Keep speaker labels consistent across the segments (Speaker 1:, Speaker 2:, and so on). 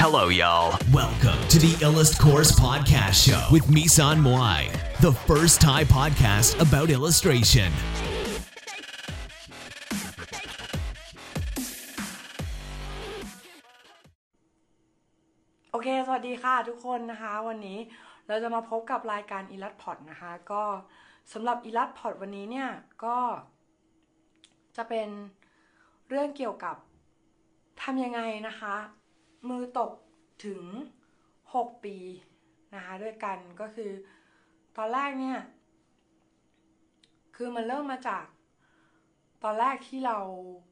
Speaker 1: Hello, y'all. Welcome to the Illust Course Podcast Show with Misan Moai, the first Thai podcast about illustration.
Speaker 2: โอเคสวัสดีค่ะทุกคนนะคะวันนี้เราจะมาพบกับรายการ Illust Pod นะคะก็สำหรับ Illust Pod วันนี้เนี่ยก็จะเป็นเรื่องเกี่ยวกับทำยังไงนะคะมือตกถึง6ปีนะคะด้วยกันก็คือตอนแรกเนี่ยคือมันเริ่มมาจากตอนแรกที่เรา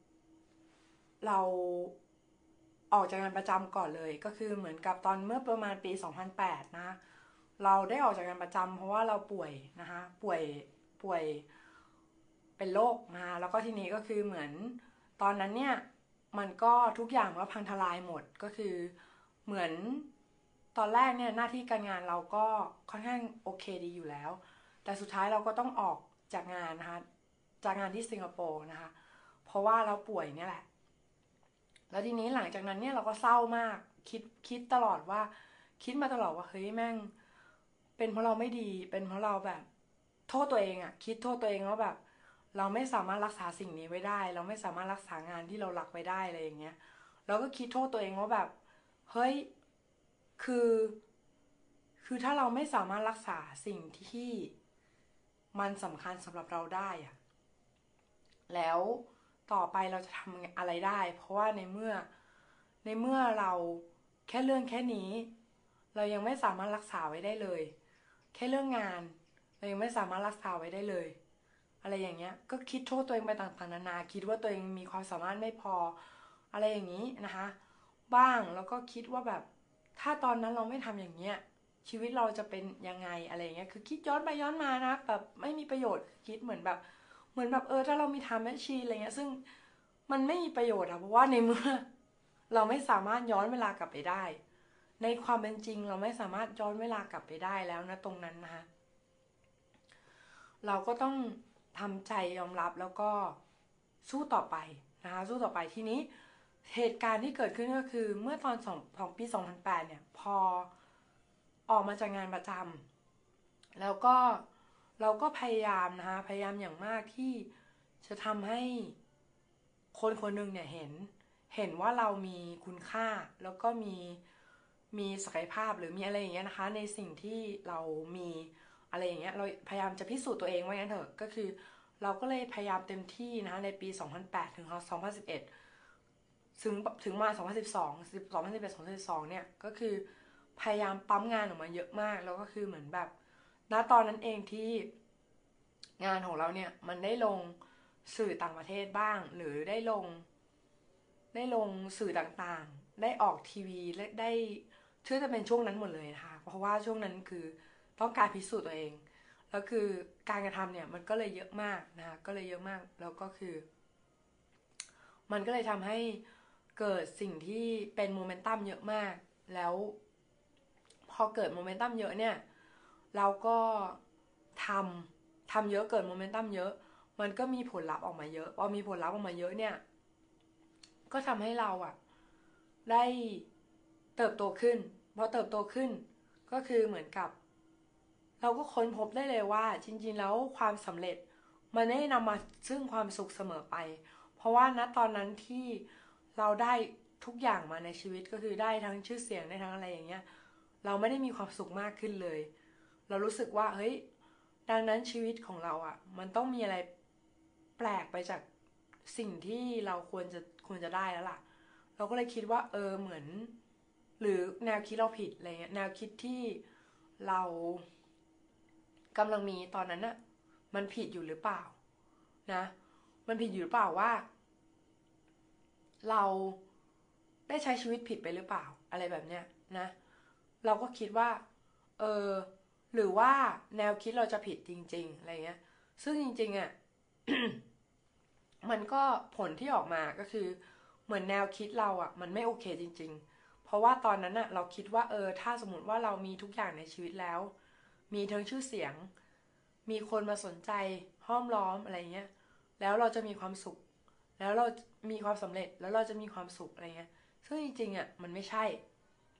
Speaker 2: ออกจากงานประจำก่อนเลยก็คือเหมือนกับตอนเมื่อประมาณปี2008นะเราได้ออกจากงานประจำเพราะว่าเราป่วยนะคะป่วยเป็นโรคนะคะแล้วก็ทีนี้ก็คือเหมือนตอนนั้นเนี่ยมันก็ทุกอย่างก็พังทลายหมดก็คือเหมือนตอนแรกเนี่ยหน้าที่การงานเราก็ค่อนข้างโอเคดีอยู่แล้วแต่สุดท้ายเราก็ต้องออกจากงานนะคะจากงานที่สิงคโปร์นะคะเพราะว่าเราป่วยเนี่ยแหละแล้วทีนี้หลังจากนั้นเนี่ยเราก็เศร้ามากคิดตลอดว่าคิดมาตลอดว่าเฮ้ยแม่งเป็นเพราะเราไม่ดีเป็นเพราะเราแบบโทษตัวเองอะคิดโทษตัวเองว่าแบบเราไม่สามารถรักษาสิ่งนี้ไว้ได้เราไม่สามารถรักษางานที่เรารักไว้ได้อะไรอย่างเงี้ยเราก็คิดโทษตัวเองว่าแบบเฮ้ยคือถ้าเราไม่สามารถรักษาสิ่งที่มันสำคัญสำหรับเราได้อะแล้วต่อไปเราจะทำอะไรได้เพราะว่าในเมื่อเราแค่เรื่องแค่นี้เรายังไม่สามารถรักษาไว้ได้เลยแค่เรื่องงานเรายังไม่สามารถรักษาไว้ได้เลยอะไรอย่างเงี้ยก็คิดโทษตัวเองไปต่างๆนานาคิดว่าตัวเองมีความสามารถไม่พออะไรอย่างนี้นะคะบ้างแล้วก็คิดว่าแบบถ้าตอนนั้นเราไม่ทำอย่างเงี้ยชีวิตเราจะเป็นยังไงอะไรอย่างเงี้ยคือคิดย้อนไปย้อนมานะแบบไม่มีประโยชน์คิดเหมือนแบบถ้าเรามีทำแมชชีนอะไรเงี้ยซึ่งมันไม่มีประโยชน์อะเพราะว่าในเมื่อเราไม่สามารถย้อนเวลากลับไปได้ในความเป็นจริงเราไม่สามารถย้อนเวลากลับไปได้แล้วนะตรงนั้นนะคะเราก็ต้องทำใจยอมรับแล้วก็สู้ต่อไปนะคะสู้ต่อไปทีนี้เหตุการณ์ที่เกิดขึ้นก็คือเมื่อตอนของปี2008เนี่ยพอออกมาจากงานประจำแล้วก็เราก็พยายามนะคะพยายามอย่างมากที่จะทำให้คนคนหนึ่งเนี่ยเห็นว่าเรามีคุณค่าแล้วก็มีศักยภาพหรือมีอะไรอย่างเงี้ยนะคะในสิ่งที่เรามีอะไรอย่างเงี้ยเราพยายามจะพิสูจน์ตัวเองว่างั้นเถอะก็คือเราก็เลยพยายามเต็มที่นะคะในปี2008ถึง2011ถึงมา2012 2011 2012เนี่ยก็คือพยายามปั๊มงานออกมาเยอะมากแล้วก็คือเหมือนแบบณตอนนั้นเองที่งานของเราเนี่ยมันได้ลงสื่อต่างประเทศบ้างหรือได้ลงสื่อต่างๆได้ออกทีวีและได้ชื่อจะเป็นช่วงนั้นหมดเลยนะคะเพราะว่าช่วงนั้นคือต้องการพิสูจน์ตัวเองแล้วคือการกระทำเนี่ยมันก็เลยเยอะมากนะคะก็เลยเยอะมากแล้วก็คือมันก็เลยทำให้เกิดสิ่งที่เป็นโมเมนตัมเยอะมากแล้วพอเกิดโมเมนตัมเยอะเนี่ยเราก็ทำเยอะเกิดโมเมนตัมเยอะมันก็มีผลลัพธ์ออกมาเยอะพอมีผลลัพธ์ออกมาเยอะเนี่ยก็ทำให้เราอะได้เติบโตขึ้นพอเติบโตขึ้นก็คือเหมือนกับเราก็ค้นพบได้เลยว่าจริงๆแล้วความสำเร็จมันไม่ได้นำมาซึ่งความสุขเสมอไปเพราะว่าณตอนนั้นที่เราได้ทุกอย่างมาในชีวิตก็คือได้ทั้งชื่อเสียงได้ทั้งอะไรอย่างเงี้ยเราไม่ได้มีความสุขมากขึ้นเลยเรารู้สึกว่าเฮ้ยดังนั้นชีวิตของเราอ่ะมันต้องมีอะไรแปลกไปจากสิ่งที่เราควรจะได้แล้วล่ะเราก็เลยคิดว่าเหมือนหรือแนวคิดเราผิดอะไรเงี้ยแนวคิดที่เรากำลังมีตอนนั้นน่ะมันผิดอยู่หรือเปล่านะมันผิดอยู่หรือเปล่าว่าเราได้ใช้ชีวิตผิดไปหรือเปล่าอะไรแบบเนี้ยนะเราก็คิดว่าหรือว่าแนวคิดเราจะผิดจริงๆอะไรเงี้ยซึ่งจริงๆอ่ะ มันก็ผลที่ออกมาก็คือเหมือนแนวคิดเราอ่ะมันไม่โอเคจริงๆเพราะว่าตอนนั้นอ่ะเราคิดว่าถ้าสมมติว่าเรามีทุกอย่างในชีวิตแล้วมีทั้งชื่อเสียงมีคนมาสนใจห้อมล้อมอะไรเงี้ยแล้วเราจะมีความสุขแล้วเรามีความสำเร็จแล้วเราจะมีความสุขอะไรเงี้ยซึ่งจริงๆอ่ะมันไม่ใช่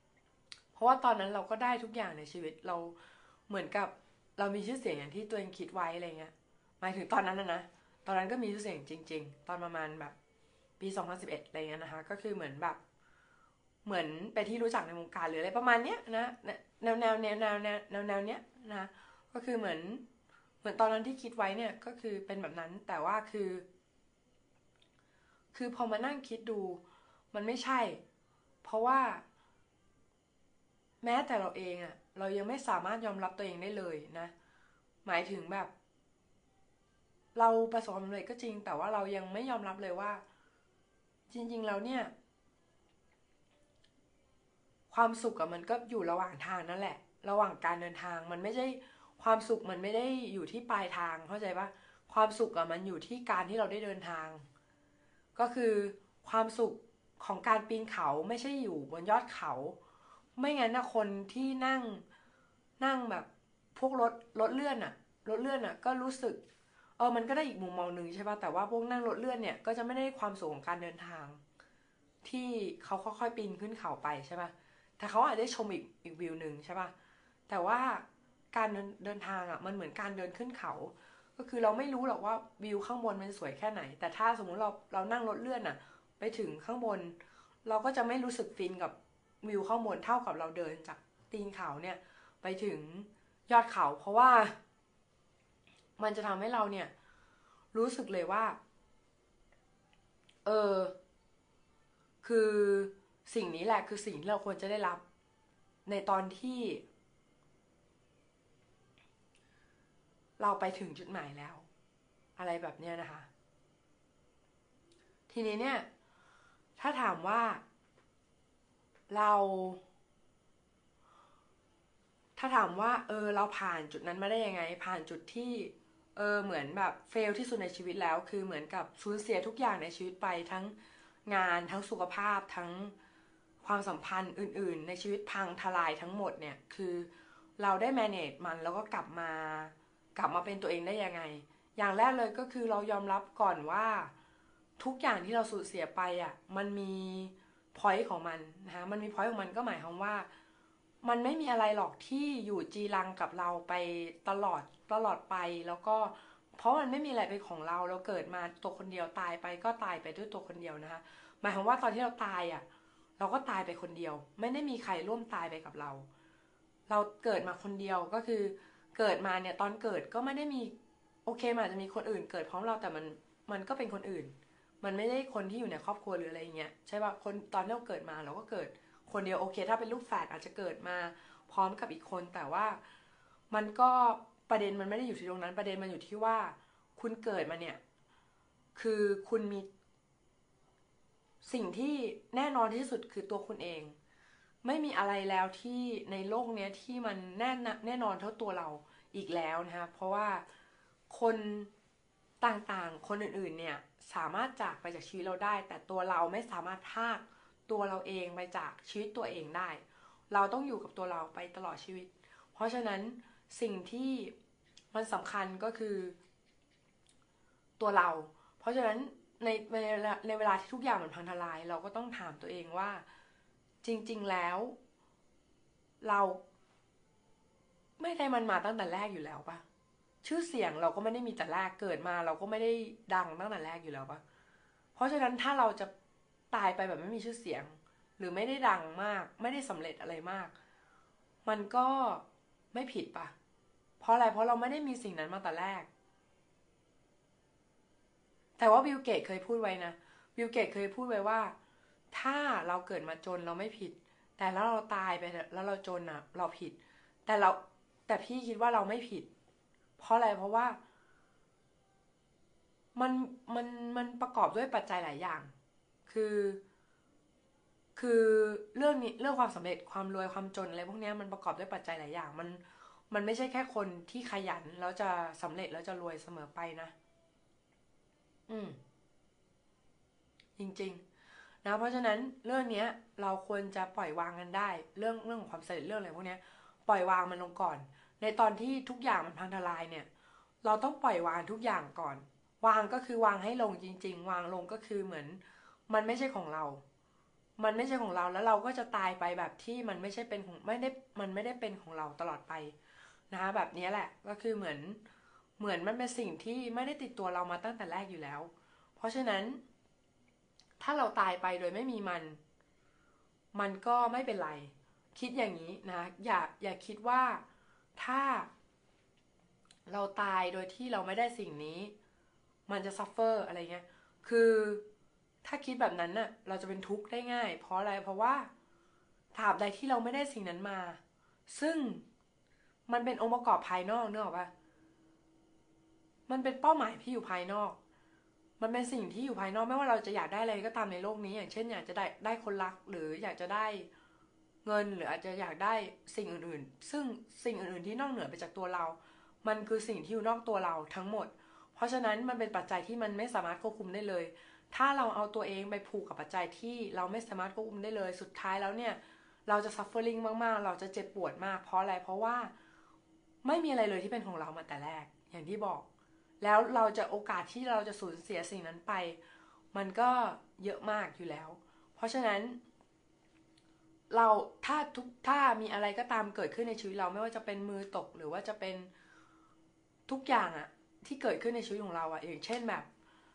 Speaker 2: ราะว่าตอนนั้นเราก็ได้ทุกอย่างในชีวิตเราเหมือนกับเรามีชื่อเสียงอย่างที่ตัวเองคิดไว้อะไรเงี้ยหมายถึงตอนนั้นนะตอนนั้นก็มีชื่อเสียงจริงๆตอนประมาณแบบปี2011อะไรเงี้ยนะคะก็คือเหมือนแบบเหมือนเป็นที่รู้จักในวงการหรืออะไรประมาณเนี้ยนะแนวเนี้ยนะก็คือเหมือนตอนนั้นที่คิดไว้เนี่ยก็คือเป็นแบบนั้นแต่ว่าคือพอมานั่งคิดดูมันไม่ใช่เพราะว่าแม้แต่เราเองอะเรายังไม่สามารถยอมรับตัวเองได้เลยนะหมายถึงแบบเราประสบความสำเร็จก็จริงแต่ว่าเรายังไม่ยอมรับเลยว่าจริงๆแล้วเนี่ยความสุขอะมันก็อยู่ระหว่างทางนั่นแหละระหว่างการเดินทางมันไม่ใช่ความสุขมันไม่ได้อยู่ที่ปลายทางเข้าใจปะความสุขอะมันอยู่ที่การที่เราได้เดินทางก็คือความสุขของการปีนเขาไม่ใช่อยู่บนยอดเขาไม่งั้นนะคนที่นั่งแบบพวกรถเลื่อนอะรถเลื่อนอะก็รู้สึกมันก็ได้อีกมุมมองหนึ่งใช่ป่ะแต่ว่าพวกนั่งรถเลื่อนเนี่ยก็จะไม่ได้ความสุขของการเดินทางที่เขาค่อยๆปีนขึ้นเขาไปใช่ป่ะแต่เขาอาจจะได้ชมอีกวิวหนึ่งใช่ป่ะแต่ว่าการเดินทางอ่ะมันเหมือนการเดินขึ้นเขาก็คือเราไม่รู้หรอกว่าวิวข้างบนมันสวยแค่ไหนแต่ถ้าสมมุติเรานั่งรถเลื่อนอ่ะไปถึงข้างบนเราก็จะไม่รู้สึกฟินกับวิวข้างบนเท่ากับเราเดินจากตีนเขาเนี่ยไปถึงยอดเขาเพราะว่ามันจะทำให้เราเนี่ยรู้สึกเลยว่าเออคือสิ่งนี้แหละคือสิ่งที่เราควรจะได้รับในตอนที่เราไปถึงจุดหมายแล้วอะไรแบบเนี้ยนะคะทีนี้เนี่ยถ้าถามว่าเราเราผ่านจุดนั้นมาได้ยังไงผ่านจุดที่เหมือนแบบเฟลที่สุดในชีวิตแล้วคือเหมือนกับสูญเสียทุกอย่างในชีวิตไปทั้งงานทั้งสุขภาพทั้งความสัมพันธ์อื่นๆในชีวิตพังทลายทั้งหมดเนี่ยคือเราได้ manage มันแล้วก็กลับมาเป็นตัวเองได้ยังไงอย่างแรกเลยก็คือเรายอมรับก่อนว่าทุกอย่างที่เราสูญเสียไปอ่ะมันมี point ของมันนะคะมันมี point ของมันก็หมายความว่ามันไม่มีอะไรหรอกที่อยู่จีรังกับเราไปตลอดไปแล้วก็เพราะมันไม่มีอะไรเป็นของเราเกิดมาตัวคนเดียวตายไปก็ตายไปด้วยตัวคนเดียวนะคะหมายความว่าตอนที่เราตายอ่ะเราก็ตายไปคนเดียวไม่ได้มีใครร่วมตายไปกับเราเกิดมาคนเดียวก็คือเกิดมาเนี่ยตอนเกิดก็ไม่ได้มีโอเคมันอาจจะมีคนอื่นเกิดพร้อมเราแต่มันก็เป็นคนอื่นมันไม่ได้คนที่อยู่ในครอบครัวหรืออะไรเงี้ยใช่ป่ะคนตอนที่เราเกิดมาเราก็เกิดคนเดียวโอเคถ้าเป็นลูกแฝดอาจจะเกิดมาพร้อมกับอีกคนแต่ว่ามันก็ประเด็นมันไม่ได้อยู่ที่ตรงนั้นประเด็นมันอยู่ที่ว่าคุณเกิดมาเนี่ยคือคุณมีสิ่งที่แน่นอนที่สุดคือตัวคุณเองไม่มีอะไรแล้วที่ในโลกนี้ที่มันแน่นอนเท่าตัวเราอีกแล้วนะคะเพราะว่าคนต่างๆคนอื่นๆเนี่ยสามารถจากไปจากชีวิตเราได้แต่ตัวเราไม่สามารถพากตัวเราเองไปจากชีวิตตัวเองได้เราต้องอยู่กับตัวเราไปตลอดชีวิตเพราะฉะนั้นสิ่งที่มันสำคัญก็คือตัวเราเพราะฉะนั้นในเวลาที่ทุกอย่างมันพังทลายเราก็ต้องถามตัวเองว่าจริงๆแล้วเราไม่ได้มันมาตั้งแต่แรกอยู่แล้วปะชื่อเสียงเราก็ไม่ได้มีแต่แรกเกิดมาเราก็ไม่ได้ดังตั้งแต่แรกอยู่แล้วปะเพราะฉะนั้นถ้าเราจะตายไปแบบไม่มีชื่อเสียงหรือไม่ได้ดังมากไม่ได้สำเร็จอะไรมากมันก็ไม่ผิดปะเพราะอะไรเพราะเราไม่ได้มีสิ่งนั้นมาแต่แรกแต่ว่าบิลเกตเคยพูดไว้นะบิลเกตเคยพูดไว้ว่าถ้าเราเกิดมาจนเราไม่ผิดแต่แล้วเราตายไปแล้วเราจนอ่ะเราผิดแต่เราแต่พี่คิดว่าเราไม่ผิดเพราะอะไรเพราะว่ามันมันมันประกอบด้วยปัจจัยหลายอย่างคือคือเรื่องนี้เรื่องความสำเร็จความรวยความจนอะไรพวกนี้มันประกอบด้วยปัจจัยหลายอย่างมันไม่ใช่แค่คนที่ขยันแล้วจะสำเร็จแล้วจะรวยเสมอไปนะอืมจริงๆนะเพราะฉะนั้นเรื่องนี้เราควรจะปล่อยวางกันได้เรื่องของความสำเร็จเรื่องอะไรพวกนี้ปล่อยวางมันลงก่อนในตอนที่ทุกอย่างมันพังทลายเนี่ยเราต้องปล่อยวางทุกอย่างก่อนวางก็คือวางให้ลงจริงๆวางลงก็คือเหมือนมันไม่ใช่ของเรามันไม่ใช่ของเราแล้วเราก็จะตายไปแบบที่มันไม่ใช่เป็นของไม่ได้มันไม่ได้เป็นของเราตลอดไปนะคะแบบนี้แหละก็คือเหมือนมันเป็นสิ่งที่ไม่ได้ติดตัวเรามาตั้งแต่แรกอยู่แล้วเพราะฉะนั้นถ้าเราตายไปโดยไม่มีมันก็ไม่เป็นไรคิดอย่างนี้นะอย่าคิดว่าถ้าเราตายโดยที่เราไม่ได้สิ่งนี้มันจะซัฟเฟอร์อะไรเงี้ยคือถ้าคิดแบบนั้นน่ะเราจะเป็นทุกข์ได้ง่ายเพราะอะไรเพราะว่าตราบใดที่เราไม่ได้สิ่งนั้นมาซึ่งมันเป็นองค์ประกอบภายนอกเนอะป่ะมันเป็นเป้าหมายที่อยู่ภายนอกมันเป็นสิ่งที่อยู่ภายนอกไม่ว่าเราจะอยากได้อะไรก็ตามในโลกนี้อย่างเช่นอยากจะได้คนรักหรืออยากจะได้เงินหรืออาจจะอยากได้สิ่งอื่นๆซึ่งสิ่งอื่นๆที่นอกเหนือไปจากตัวเรามันคือสิ่งที่อยู่นอกตัวเราทั้งหมดเพราะฉะนั้นมันเป็นปัจจัยที่มันไม่สามารถควบคุมได้เลยถ้าเราเอาตัวเองไปผูกกับปัจจัยที่เราไม่สามารถควบคุมได้เลยสุดท้ายแล้วเนี่ยเราจะ suffering มากๆเราจะเจ็บปวดมากเพราะอะไรเพราะว่าไม่มีอะไรเลยที่เป็นของเรามาแต่แรกอย่างที่บอกแล้วเราจะโอกาสที่เราจะสูญเสียสิ่งนั้นไปมันก็เยอะมากอยู่แล้วเพราะฉะนั้นเราถ้ามีอะไรก็ตามเกิดขึ้นในชีวิตเราไม่ว่าจะเป็นมือตกหรือว่าจะเป็นทุกอย่างอะที่เกิดขึ้นในชีวิตของเราอะอย่างเช่นแบบ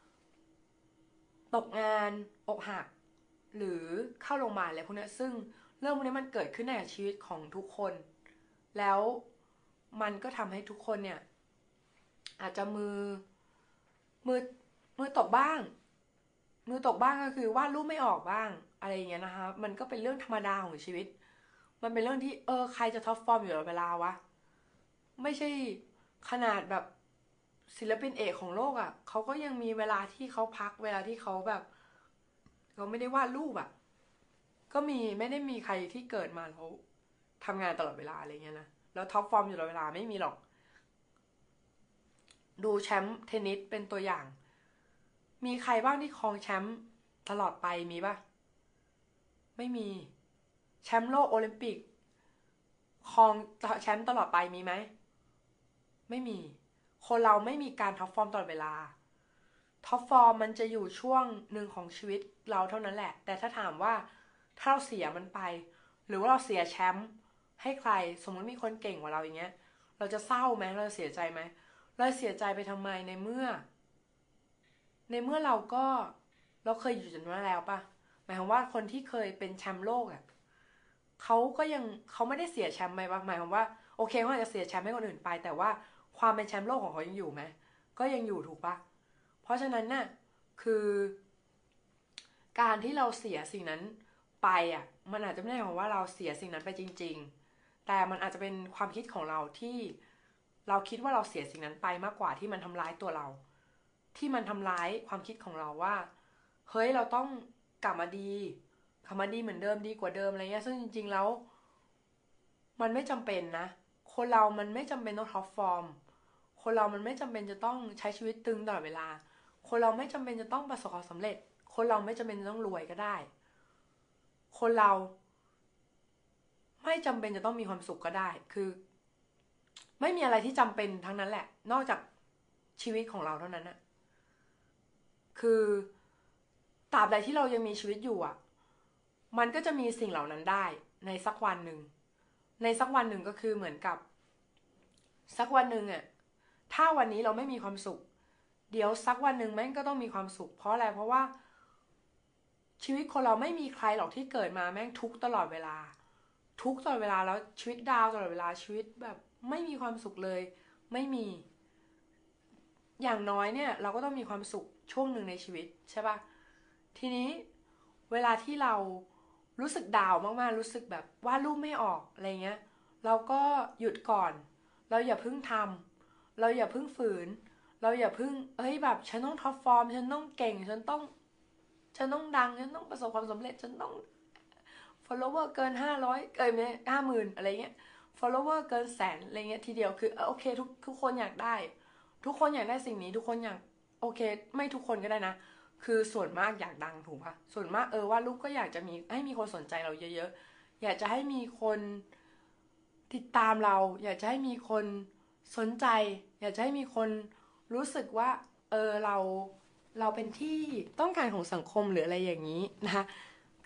Speaker 2: ตกงานอกหักหรือเข้าโรงพยาบาลอะไรพวกนี้ซึ่งเรื่องพวกนี้มันเกิดขึ้นในชีวิตของทุกคนแล้วมันก็ทำให้ทุกคนเนี่ยอาจจะมือมือตกบ้างก็คือวาดรูปไม่ออกบ้างอะไรอย่างเงี้ยนะคะมันก็เป็นเรื่องธรรมดาของชีวิตมันเป็นเรื่องที่ใครจะท็อปฟอร์มอยู่ตลอดเวลาวะไม่ใช่ขนาดแบบศิลปินเอกของโลกอ่ะเขาก็ยังมีเวลาที่เขาพักเวลาที่เขาแบบเขาไม่ได้วาดรูปอ่ะก็ไม่ได้มีใครที่เกิดมาแล้วทำงานตลอดเวลาอะไรเงี้ยนะแล้วท็อปฟอร์มอยู่ตลอดเวลาไม่มีหรอกดูแชมป์เทนนิสเป็นตัวอย่างมีใครบ้างที่ครองแชมป์ตลอดไปมีป่ะไม่มีแชมป์โลกโอลิมปิกครองแชมป์ตลอดไปมีไหมไม่มีคนเราไม่มีการท็อปฟอร์มตลอดเวลาท็อปฟอร์มมันจะอยู่ช่วงหนึ่งของชีวิตเราเท่านั้นแหละแต่ถ้าถามว่าถ้าเราเสียมันไปหรือว่าเราเสียแชมป์ให้ใครสมมติมีคนเก่งกว่าเราอย่างเงี้ยเราจะเศร้าไหมเราจะเสียใจไหมเราเสียใจไปทำไมในเมื่อเราเคยอยู่จุดนั้นแล้วป่ะหมายความว่าคนที่เคยเป็นแชมป์โลกอ่ะเขาไม่ได้เสียแชมป์ไหมป่ะหมายความว่าโอเคเขาอาจจะเสียแชมป์ให้คนอื่นไปแต่ว่าความเป็นแชมป์โลกของเขายังอยู่ไหมก็ยังอยู่ถูกป่ะเพราะฉะนั้นน่ะคือการที่เราเสียสิ่งนั้นไปอ่ะมันอาจจะไม่ได้หมายว่าเราเสียสิ่งนั้นไปจริงๆแต่มันอาจจะเป็นความคิดของเราที่เราคิดว่าเราเสียสิ่งนั้นไปมากกว่าที่มันทำร้ายตัวเราที่มันทำร้ายความคิดของเราว่าเฮ้ยเราต้องกลับมาดีเหมือนเดิมดีกว่าเดิมอะไรเงี้ยซึ่งจริงๆแล้วมันไม่จำเป็นนะคนเรามันไม่จำเป็นต้องท็อปฟอร์มคนเรามันไม่จำเป็นจะต้องใช้ชีวิตตึงตลอดเวลาคนเราไม่จำเป็นจะต้องประสบความสำเร็จคนเราไม่จำเป็นจะต้องรวยก็ได้คนเราไม่จำเป็นจะต้องมีความสุขก็ได้คือไม่มีอะไรที่จำเป็นทั้งนั้นแหละนอกจากชีวิตของเราเท่านั้นนะคือตราบใดที่เรายังมีชีวิตอยู่อ่ะมันก็จะมีสิ่งเหล่านั้นได้ในสักวันหนึ่งก็คือเหมือนกับสักวันหนึ่งอ่ะถ้าวันนี้เราไม่มีความสุขเดี๋ยวสักวันหนึ่งแม่งก็ต้องมีความสุขเพราะอะไรเพราะว่าชีวิตคนเราไม่มีใครหรอกที่เกิดมาแม่งทุกตลอดเวลาแล้วชีวิตดาวตลอดเวลาชีวิตแบบไม่มีความสุขเลยไม่มีอย่างน้อยเนี่ยเราก็ต้องมีความสุขช่วงหนึ่งในชีวิตใช่ป่ะทีนี้เวลาที่เรารู้สึกดาวมากๆรู้สึกแบบวาดรูปไม่ออกอะไรเงี้ยเราก็หยุดก่อนเราอย่าเพิ่งทำเราอย่าเพิ่งฝืนเราอย่าเพิ่งแบบฉันต้องท็อปฟอร์มฉันต้องเก่งฉันต้องดังฉันต้องประสบความสำเร็จฉันต้อง follower เกิน500ไม่50,000อะไรเงี้ย follower เกิน100,000อะไรเงี้ยทีเดียวคือโอเคทุกคนอยากได้สิ่งนี้ทุกคนอยากโอเคไม่ทุกคนก็ได้นะคือส่วนมากอยากดังถูกปะส่วนมากว่าลูกก็อยากจะมีให้มีคนสนใจเราเยอะๆอยากจะให้มีคนติดตามเราอยากจะให้มีคนสนใจอยากจะให้มีคนรู้สึกว่าเราเป็นที่ต้องการของสังคมหรืออะไรอย่างนี้นะคะ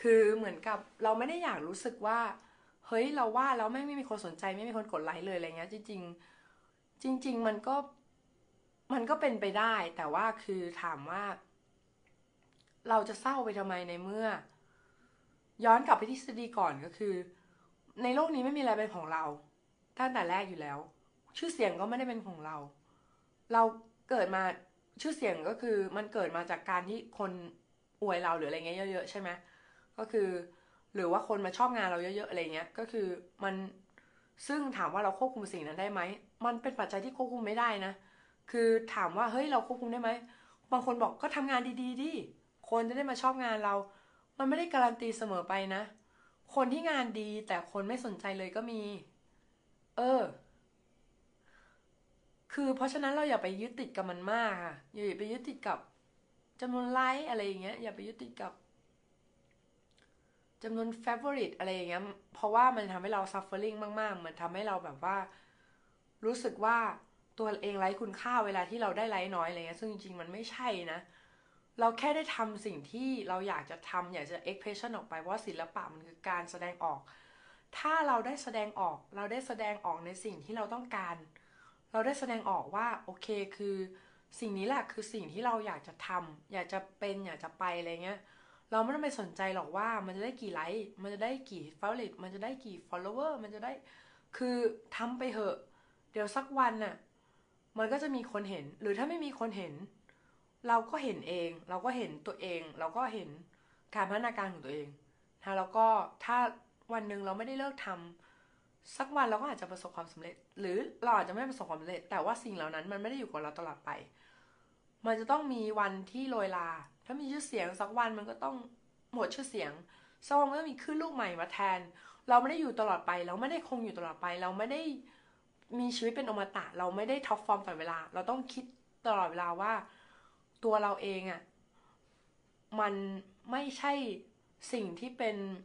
Speaker 2: คือเหมือนกับเราไม่ได้อยากรู้สึกว่าเฮ้ยเราว่าแล้วไม่มีคนสนใจไม่มีคนกดไลค์เลยอะไรเงี้ยจริงมันก็เป็นไปได้แต่ว่าคือถามว่าเราจะเศร้าไปทำไมในเมื่อย้อนกลับไปทฤษฎีก่อนก็คือในโลกนี้ไม่มีอะไรเป็นของเราตั้งแต่แรกอยู่แล้วชื่อเสียงก็ไม่ได้เป็นของเราเกิดมาชื่อเสียงก็คือมันเกิดมาจากการที่คนอวยเราหรืออะไรเงี้ยเยอะๆใช่ไหมก็คือหรือว่าคนมาชอบงานเราเยอะๆอะไรเงี้ยก็คือมันซึ่งถามว่าเราควบคุมสิ่งนั้นได้ไหมมันเป็นปัจจัยที่ควบคุมไม่ได้นะคือถามว่าเฮ้ยเราควบคุมได้ไหมบางคนบอกก็ทำงานดีๆดิคนจะได้มาชอบงานเรามันไม่ได้การันตีเสมอไปนะคนที่งานดีแต่คนไม่สนใจเลยก็มีเออ คือเพราะฉะนั้นเราอย่าไปยึดติดกับมันมากค่ะอย่าไปยึดติดกับจำนวนไลค์อะไรอย่างเงี้ยอย่าไปยึดติดกับจำนวน favorite อะไรอย่างเงี้ยเพราะว่ามันทำให้เรา suffering มากๆมันทำให้เราแบบว่ารู้สึกว่าตัวเองไร้คุณค่าเวลาที่เราได้ไลค์น้อยอะไรเงี้ยซึ่งจริงๆมันไม่ใช่นะเราแค่ได้ทำสิ่งที่เราอยากจะทำอยากจะ expression ออกไปเพราะศิลปะมันคือการแสดงออกถ้าเราได้แสดงออกเราได้แสดงออกในสิ่งที่เราต้องการ เราได้แสดงออกว่าโอเคคือสิ่งนี้แหละคือสิ่งที่เราอยากจะทำอยากจะเป็นอยากจะไปอะไรเงี้ยเราไม่ต้องไปสนใจหรอกว่ามันจะได้กี่ไลค์มันจะได้กี่ฟอลโล่มันจะได้กี่ follower มันจะได้คือทำไปเหอะเดี๋ยวสักวันน่ะมันก็จะมีคนเห็นหรือถ้าไม่มีคนเห็นเราก็เห็นเองเราก็เห็นตัวเองเราก็เห็นการพัฒนาการของตัวเองนะแล้วก็ถ้าวันหนึ่งเราไม่ได้เลิกทำ สักวันเราก็อาจจะประสบความสำเร็จหรือเราอาจจะไม่ประสบความสำเร็จแต่ว่าสิ่งเหล่านั้นมันไม่ได้อยู่กับเราตลอดไปมันจะต้องมีวันที่โรยลาถ้ามีชื่อเสียงสักวันมันก็ต้องหมดชื่อเสียงสักวันมันก็มีคลื่นลูกใหม่มาแทนเราไม่ได้อยู่ตลอดไปเราไม่ได้คงอยู่ตลอดไปเราไม่ได้มีชีวิตเป็นอมตะเราไม่ได้ท็อปฟอร์มตลอดเวลาเราต้องคิดตลอดเวลาว่าตัวเราเองอ่ะมันไม่ใช่สิ่งที่เป็น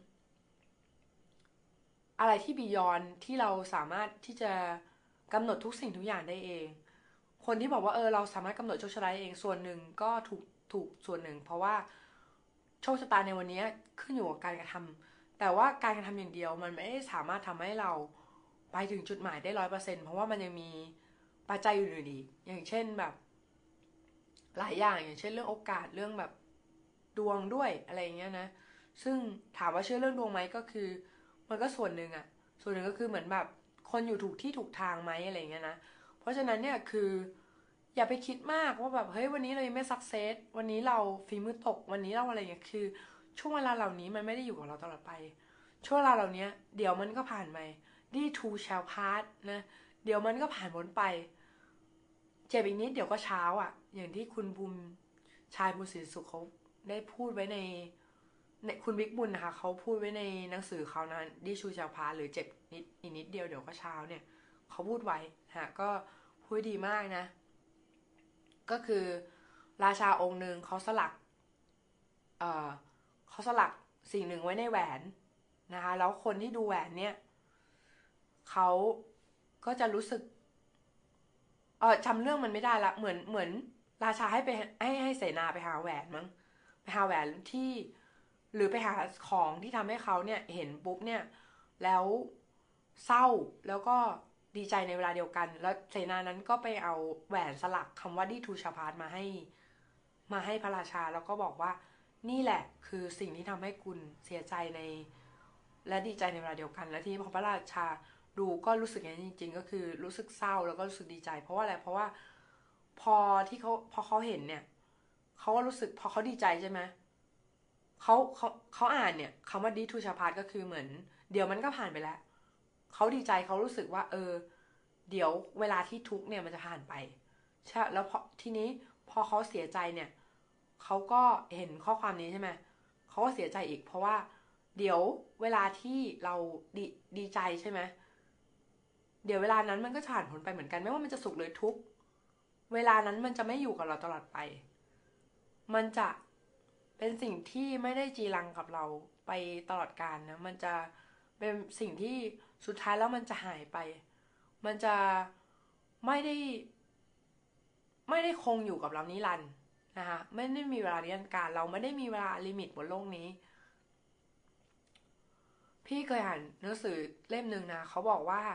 Speaker 2: อะไรที่บียอนที่เราสามารถที่จะกำหนดทุกสิ่งทุกอย่างได้เองคนที่บอกว่าเราสามารถกำหนดโชคชะตาเองส่วนหนึ่งก็ถูกส่วนหนึ่งเพราะว่าโชคชะตาในวันนี้ขึ้นอยู่กับการกระทำแต่ว่าการกระทำอย่างเดียวมันไม่ได้สามารถทำให้เราไปถึงจุดหมายได้100%เพราะว่ามันยังมีปัจจัยอื่นๆอีกอย่างเช่นแบบหลายอย่างอย่างเช่นเรื่องโอกาสเรื่องแบบดวงด้วยอะไรอย่างเงี้ยนะซึ่งถามว่าเชื่อเรื่องดวงไหมก็คือมันก็ส่วนหนึ่งอะส่วนหนึ่งก็คือเหมือนแบบคนอยู่ถูกที่ถูกทางไหมอะไรอย่างเงี้ยนะเพราะฉะนั้นเนี่ยคืออย่าไปคิดมากว่าแบบเฮ้ยวันนี้เรายังไม่สักเซสวันนี้เราฝีมือตกวันนี้เราอะไรเงี้ยคือช่วงเวลาเหล่านี้มันไม่ได้อยู่กับเราตลอดไปช่วงเวลาเหล่านี้เดี๋ยวมันก็ผ่านไปนี่ทูแชลพาร์นะเดี๋ยวมันก็ผ่านพ้นไป เจ็บอีกนิดเดี๋ยวก็เช้าอ่ะอย่างที่คุณภูมิชายภูสิริสุขเขาได้พูดไว้ในคุณบิ๊กบุญนะคะเขาพูดไว้ในหนังสือเขานะดิชูชาพาหรือเจ็บนิดอีกนิดเดียวเดี๋ยวก็เช้าเนี่ยเขาพูดไว้ฮะก็พูดดีมากนะก็คือราชาองค์หนึ่งเขาสลักเอ่อเขาสลักสิ่งหนึ่งไว้ในแหวนนะคะแล้วคนที่ดูแหวนเนี่ยเขาก็จะรู้สึก จำเรื่องมันไม่ได้ละเหมือนราชาให้ไปให้เสนาไปหาแหวนมั้งไปหาแหวนที่หรือไปหาของที่ทำให้เขาเนี่ยเห็นปุ๊บเนี่ยแล้วเศร้าแล้วก็ดีใจในเวลาเดียวกันแล้วเสนานั้นก็ไปเอาแหวนสลักคำว่าดิทูชาพาร์ตมาให้พระราชาแล้วก็บอกว่านี่แหละคือสิ่งที่ทำให้คุณเสียใจในและดีใจในเวลาเดียวกันและที่พอพระราชาดูก็รู้สึกอย่างนี้จริงๆก็คือรู้สึกเศร้าแล้วก็รู้สึกดีใจเพราะว่าอะไรเพราะว่าพอเขาเห็นเนี่ยเขาก็รู้สึกพอเขาดีใจใช่ไหมเขาอ่านเนี่ยคำว่าดีทูชาพาร์ตก็คือเหมือนเดี๋ยวมันก็ผ่านไปแล้วเขาดีใจเขารู้สึกว่าเดี๋ยวเวลาที่ทุกเนี่ยมันจะผ่านไปใช่แล้วพอทีนี้พอเขาเสียใจเนี่ยเขาก็เห็นข้อความนี้ใช่ไหมเขาก็เสียใจอีกเพราะว่าเดี๋ยวเวลาที่เราดีใจใช่ไหมเดี๋ยวเวลานั้นมันก็ผ่านพ้นไปเหมือนกันไม่ว่ามันจะสุขหรือทุกข์เวลานั้นมันจะไม่อยู่กับเราตลอดไปมันจะเป็นสิ่งที่ไม่ได้จีรังกับเราไปตลอดกาลนะมันจะเป็นสิ่งที่สุดท้ายแล้วมันจะหายไปมันจะไม่ได้ ไม่ได้คงอยู่กับเรานิรันดร์นะคะไม่ได้มีเวลานิรันดร์การเราไม่ได้มีเวลาลิมิตบนโลกนี้พี่เคยอ่านหนังสือเล่มหนึ่งนะเขาบอกว่า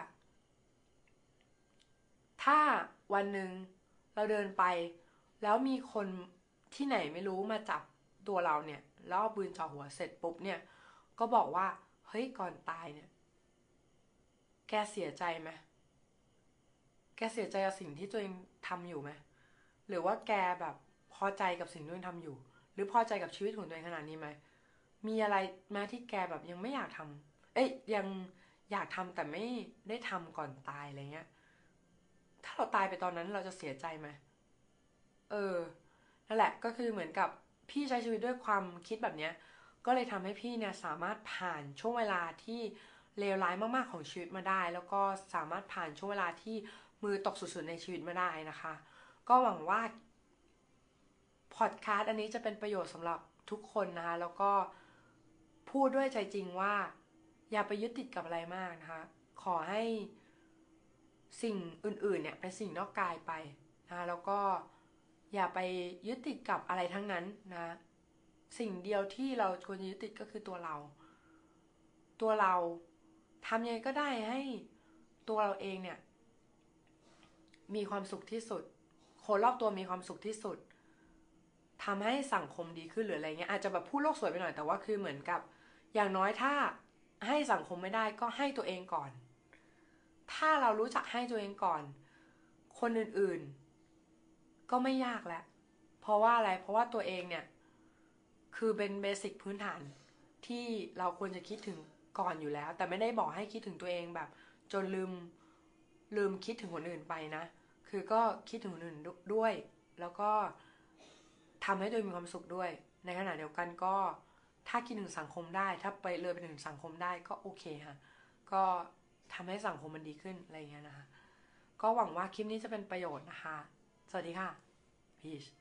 Speaker 2: ถ้าวันหนึ่งเราเดินไปแล้วมีคนที่ไหนไม่รู้มาจับตัวเราเนี่ยแล้วเอาปืนจ่อหัวเสร็จปุ๊บเนี่ยก็บอกว่าเฮ้ยก่อนตายเนี่ยแกเสียใจไหมแกเสียใจกับสิ่งที่ตัวเองทำอยู่ไหมหรือว่าแกแบบพอใจกับสิ่งที่ตัวเองทำอยู่หรือพอใจกับชีวิตของตัวเองขนาดนี้ไหมมีอะไรแม้ที่แกแบบยังไม่อยากทำยังอยากทำแต่ไม่ได้ทำก่อนตายอะไรเงี้ยถ้าเราตายไปตอนนั้นเราจะเสียใจไหมเออนั่นแหละก็คือเหมือนกับพี่ใช้ชีวิตด้วยความคิดแบบเนี้ยก็เลยทำให้พี่เนี่ยสามารถผ่านช่วงเวลาที่เลวร้ายมากๆของชีวิตมาได้แล้วก็สามารถผ่านช่วงเวลาที่มือตกสุดๆในชีวิตมาได้นะคะก็หวังว่าพอดคาสต์อันนี้จะเป็นประโยชน์สำหรับทุกคนนะคะแล้วก็พูดด้วยใจจริงว่าอย่าไปยึดติดกับอะไรมากนะคะขอให้สิ่งอื่นๆเนี่ยเป็นสิ่งนอกกายไปนะคะแล้วก็อย่าไปยึดติดกับอะไรทั้งนั้นนะสิ่งเดียวที่เราควรจะยึดติดก็คือตัวเราทำยังไงก็ได้ให้ตัวเราเองเนี่ยมีความสุขที่สุดคนรอบตัวมีความสุขที่สุดทำให้สังคมดีขึ้นหรืออะไรเงี้ยอาจจะแบบพูดโลกสวยไปหน่อยแต่ว่าคือเหมือนกับอย่างน้อยถ้าให้สังคมไม่ได้ก็ให้ตัวเองก่อนถ้าเรารู้จักให้ตัวเองก่อนคนอื่นๆก็ไม่ยากแล้วเพราะว่าอะไรเพราะว่าตัวเองเนี่ยคือเป็นเบสิกพื้นฐานที่เราควรจะคิดถึงก่อนอยู่แล้วแต่ไม่ได้บอกให้คิดถึงตัวเองแบบจนลืมคิดถึงคนอื่นไปนะคือก็คิดถึงคนอื่นด้วยแล้วก็ทำให้ตัวเองมีความสุขด้วยในขณะเดียวกันก็ถ้าคิดถึงสังคมได้ถ้าไปเลยไปถึงสังคมได้ก็โอเคค่ะก็ทำให้สังคมมันดีขึ้นอะไรอย่างเงี้ยนะคะก็หวังว่าคลิปนี้จะเป็นประโยชน์นะคะสวัสดีค่ะพีช